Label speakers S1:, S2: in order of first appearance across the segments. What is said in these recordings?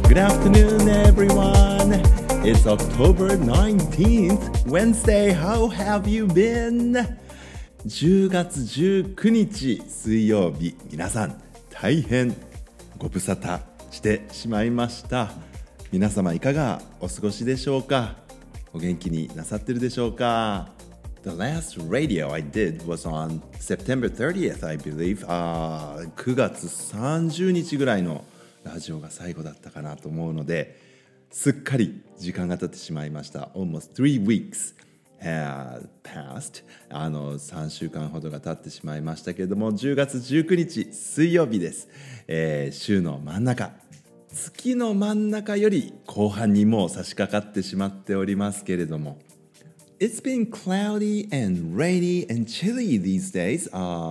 S1: Good afternoon, everyone. It's October 19th, Wednesday. How have you been? 10月19日水曜日、皆さん大変ご無沙汰してしまいました。皆様いかがお過ごしでしょうか？お元気になさってるでしょうか？ The last radio I did was on September 30th, I believe. 9月30日ぐらいのラジオが最後だったかなと思うので、すっかり時間が経ってしまいました。Almost 3 weeks had passed. 3週間ほどが経ってしまいましたけれども、10月19日水曜日です。週の真ん中、月の真ん中より後半にもう差し掛かってしまっておりますけれども、It's been cloudy and rainy and chilly these days,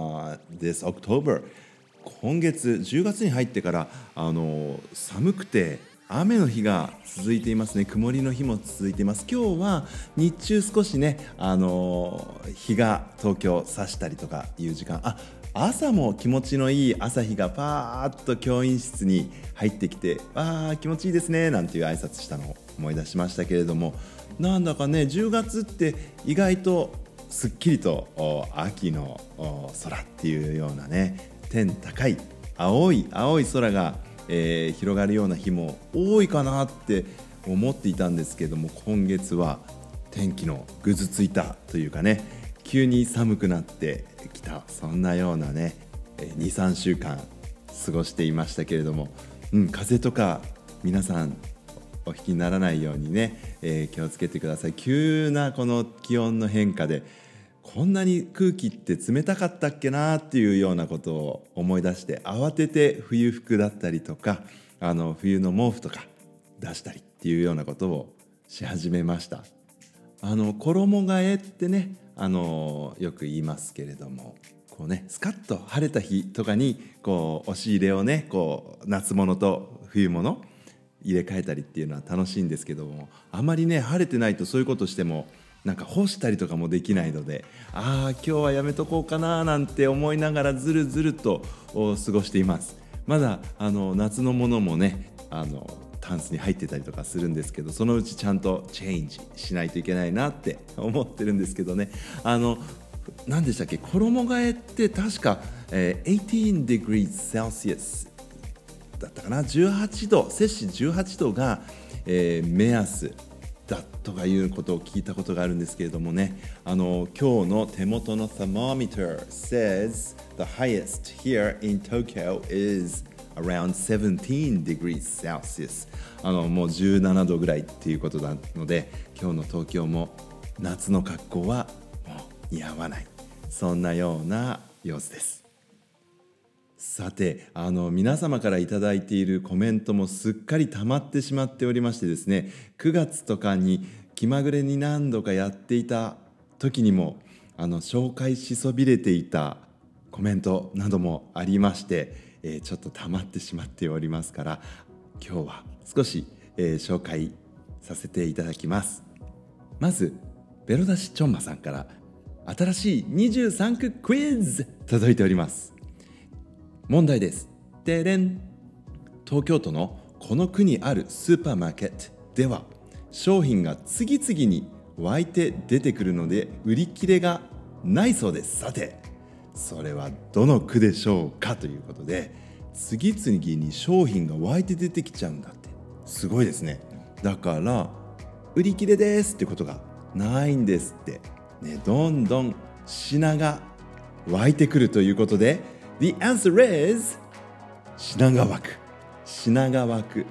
S1: this October. 今月10月に入ってから寒くて雨の日が続いていますね。曇りの日も続いています。今日は日中少しね、日が東京差したりとかいう時間、朝も気持ちのいい朝日がパーッと教員室に入ってきて、気持ちいいですねなんていう挨拶したのを思い出しましたけれども、なんだかね10月って意外とすっきりと秋の空っていうようなね、天高い青い空が、広がるような日も多いかなって思っていたんですけども、今月は天気のぐずついたというかね、急に寒くなってきた、そんなようなね 2,3 週間過ごしていましたけれども、風邪とか皆さんお引きにならないようにね、気をつけてください。急なこの気温の変化でこんなに空気って冷たかったっけなっていうようなことを思い出して、慌てて冬服だったりとか冬の毛布とか出したりっていうようなことをし始めました。衣替えってねよく言いますけれども、こうねスカッと晴れた日とかにこう押し入れをねこう夏物と冬物入れ替えたりっていうのは楽しいんですけども、あまりね晴れてないとそういうことしてもなんか干したりとかもできないので、今日はやめとこうかななんて思いながらずるずると過ごしています。まだ夏のものもねタンスに入ってたりとかするんですけど、そのうちちゃんとチェンジしないといけないなって思ってるんですけどね。何でしたっけ、衣替えって確か、18 degrees Celsius だったかな、18度摂氏18度が、目安だとかいうことを聞いたことがあるんですけれどもね、今日の手元の thermometer says the highest here in Tokyo is around 17 degrees Celsius。 もう17度ぐらいっていうことなので、今日の東京も夏の格好はもう似合わない、そんなような様子です。さて皆様からいただいているコメントもすっかり溜まってしまっておりましてですね、9月とかに気まぐれに何度かやっていた時にも紹介しそびれていたコメントなどもありまして、ちょっと溜まってしまっておりますから、今日は少し、紹介させていただきます。まずベロダシチョンマさんから新しい23区クイズ届いております。問題です。でれん。東京都のこの区にあるスーパーマーケットでは商品が次々に湧いて出てくるので売り切れがないそうです。さてそれはどの区でしょうかということで、次々に商品が湧いて出てきちゃうんだって、すごいですね。だから売り切れですってことがないんですってね。どんどん品が湧いてくるということで、The answer is 品川区。品川区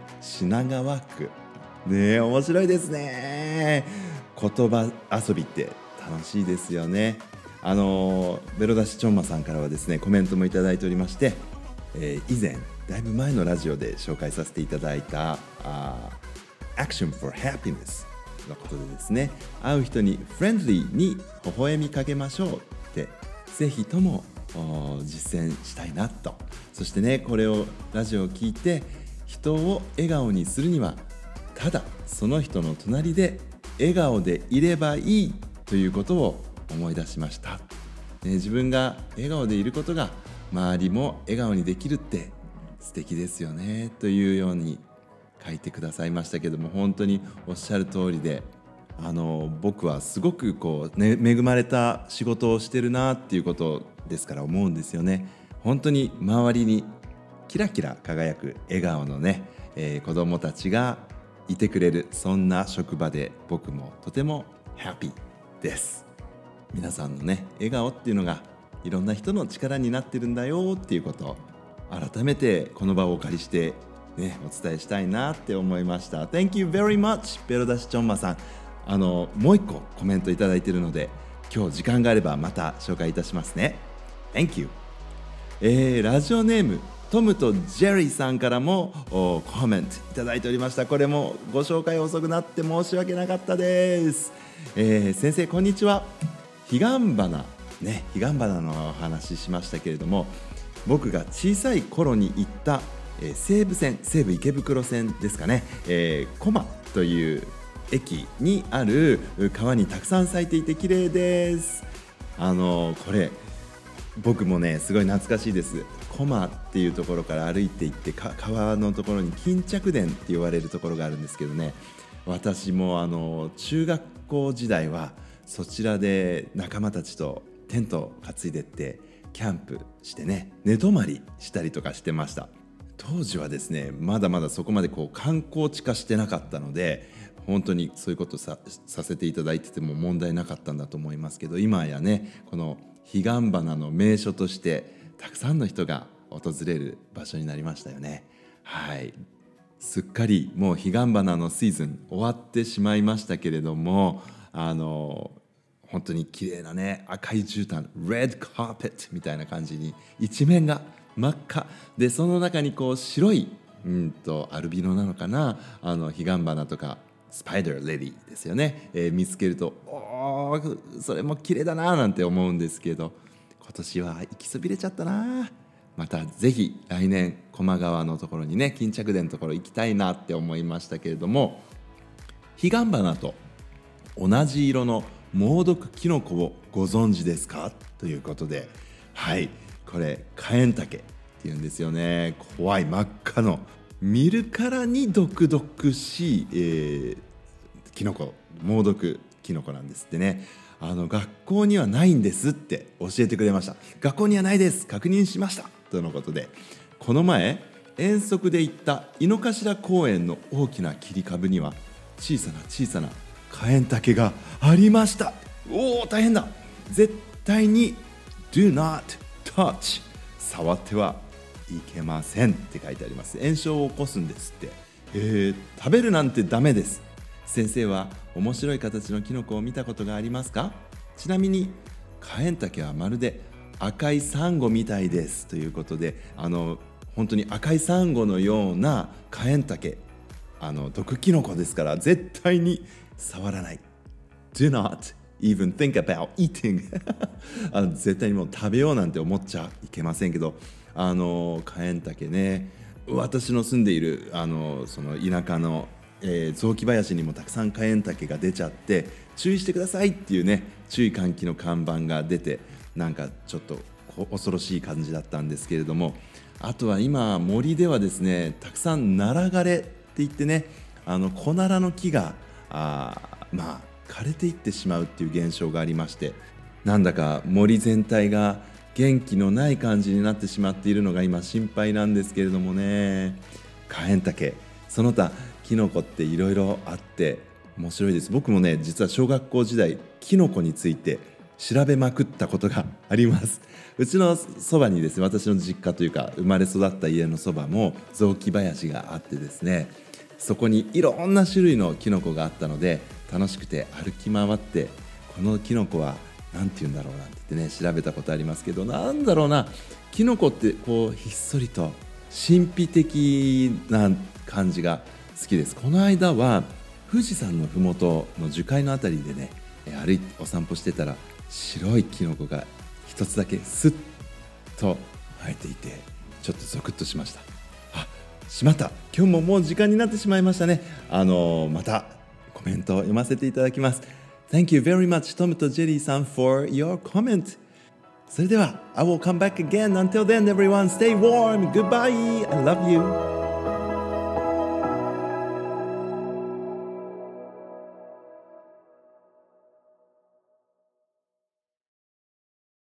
S1: ね、面白いですね。言葉遊びって楽しいですよね。ベロダシチョンマさんからはですねコメントもいただいておりまして、以前だいぶ前のラジオで紹介させていただいたAction for Happiness のことでですね、会う人にフレンドリーに微笑みかけましょうってぜひとも実践したいなと。そしてね、これをラジオを聞いて人を笑顔にするにはただその人の隣で笑顔でいればいいということを思い出しました、自分が笑顔でいることが周りも笑顔にできるって素敵ですよねというように書いてくださいましたけども、本当におっしゃる通りで、僕はすごく恵まれた仕事をしてるなっていうことですから思うんですよね。本当に周りにキラキラ輝く笑顔のね、子どもたちがいてくれる、そんな職場で僕もとてもハッピーです。皆さんのね笑顔っていうのがいろんな人の力になってるんだよっていうことを改めてこの場をお借りしてねお伝えしたいなって思いました。 Thank you very much ベロダシチョンマさん、もう一個コメントいただいているので今日時間があればまた紹介いたしますね。 Thank you、ラジオネームトムとジェリーさんからもコメントいただいておりました。これもご紹介遅くなって申し訳なかったです。先生こんにちは。彼岸花ね、彼岸花の話しましたけれども、僕が小さい頃に行った、西武池袋線ですかね、コマという駅にある川にたくさん咲いていて綺麗です。これ僕もねすごい懐かしいです。コマっていうところから歩いていって川のところに巾着田って言われるところがあるんですけどね、私も中学校時代はそちらで仲間たちとテントを担いでってキャンプしてね寝泊まりしたりとかしてました。当時はですねまだまだそこまで観光地化してなかったので本当にそういうことさせていただいてても問題なかったんだと思いますけど、今やねこの彼岸花の名所としてたくさんの人が訪れる場所になりましたよね。はい、すっかりもう彼岸花のシーズン終わってしまいましたけれども、本当に綺麗なね赤い絨毯レッドカーペットみたいな感じに一面が真っ赤で、その中に白いアルビノなのかな、彼岸花とかスパイダーレディですよね、見つけるとそれも綺麗だななんて思うんですけど、今年は行きそびれちゃったな。またぜひ来年高麗川のところにね巾着田のところ行きたいなって思いましたけれども、彼岸花と同じ色の猛毒キノコをご存知ですかということで、はいこれカエンタケっていうんですよね。怖い真っ赤の見るからに毒々しい、キノコ、猛毒キノコなんですってね。学校にはないんですって教えてくれました。学校にはないです、確認しましたとのことで、この前遠足で行った井の頭公園の大きな切り株には小さなカエンタケがありました。おお大変だ、絶対に Do not touch 触ってはいけませんって書いてあります。炎症を起こすんですって。食べるなんてダメです。先生は面白い形のキノコを見たことがありますか？ちなみにカエンタケはまるで赤いサンゴみたいですということで、本当に赤いサンゴのようなカエンタケ、毒キノコですから絶対に触らない。 Do not even think about eating 絶対にもう食べようなんて思っちゃいけませんけど、カエンタケね、私の住んでいるその田舎の雑木林にもたくさんカエンタケが出ちゃって注意してくださいっていうね注意喚起の看板が出て、なんかちょっと恐ろしい感じだったんですけれども、あとは今森ではですねたくさんナラ枯れって言ってねコナラの木が枯れていってしまうっていう現象がありまして、なんだか森全体が元気のない感じになってしまっているのが今心配なんですけれどもね。カエンタケその他キノコっていろいろあって面白いです。僕もね実は小学校時代キノコについて調べまくったことがあります。うちのそばにですね、私の実家というか生まれ育った家のそばも雑木林があってですね、そこにいろんな種類のキノコがあったので楽しくて歩き回ってこのキノコはなんて言うんだろうなんて言ってね調べたことありますけど、なんだろうな、キノコってひっそりと神秘的な感じが好きです。この間は富士山のふもとの樹海のあたりでね歩いてお散歩してたら白いキノコが一つだけスッと生えていてちょっとゾクッとしました。しまった、今日ももう時間になってしまいましたね。またコメントを読ませていただきます。 Thank you very much トムとジェリーさん for your comment。 それでは I will come back again. Until then everyone stay warm. Goodbye. I love you.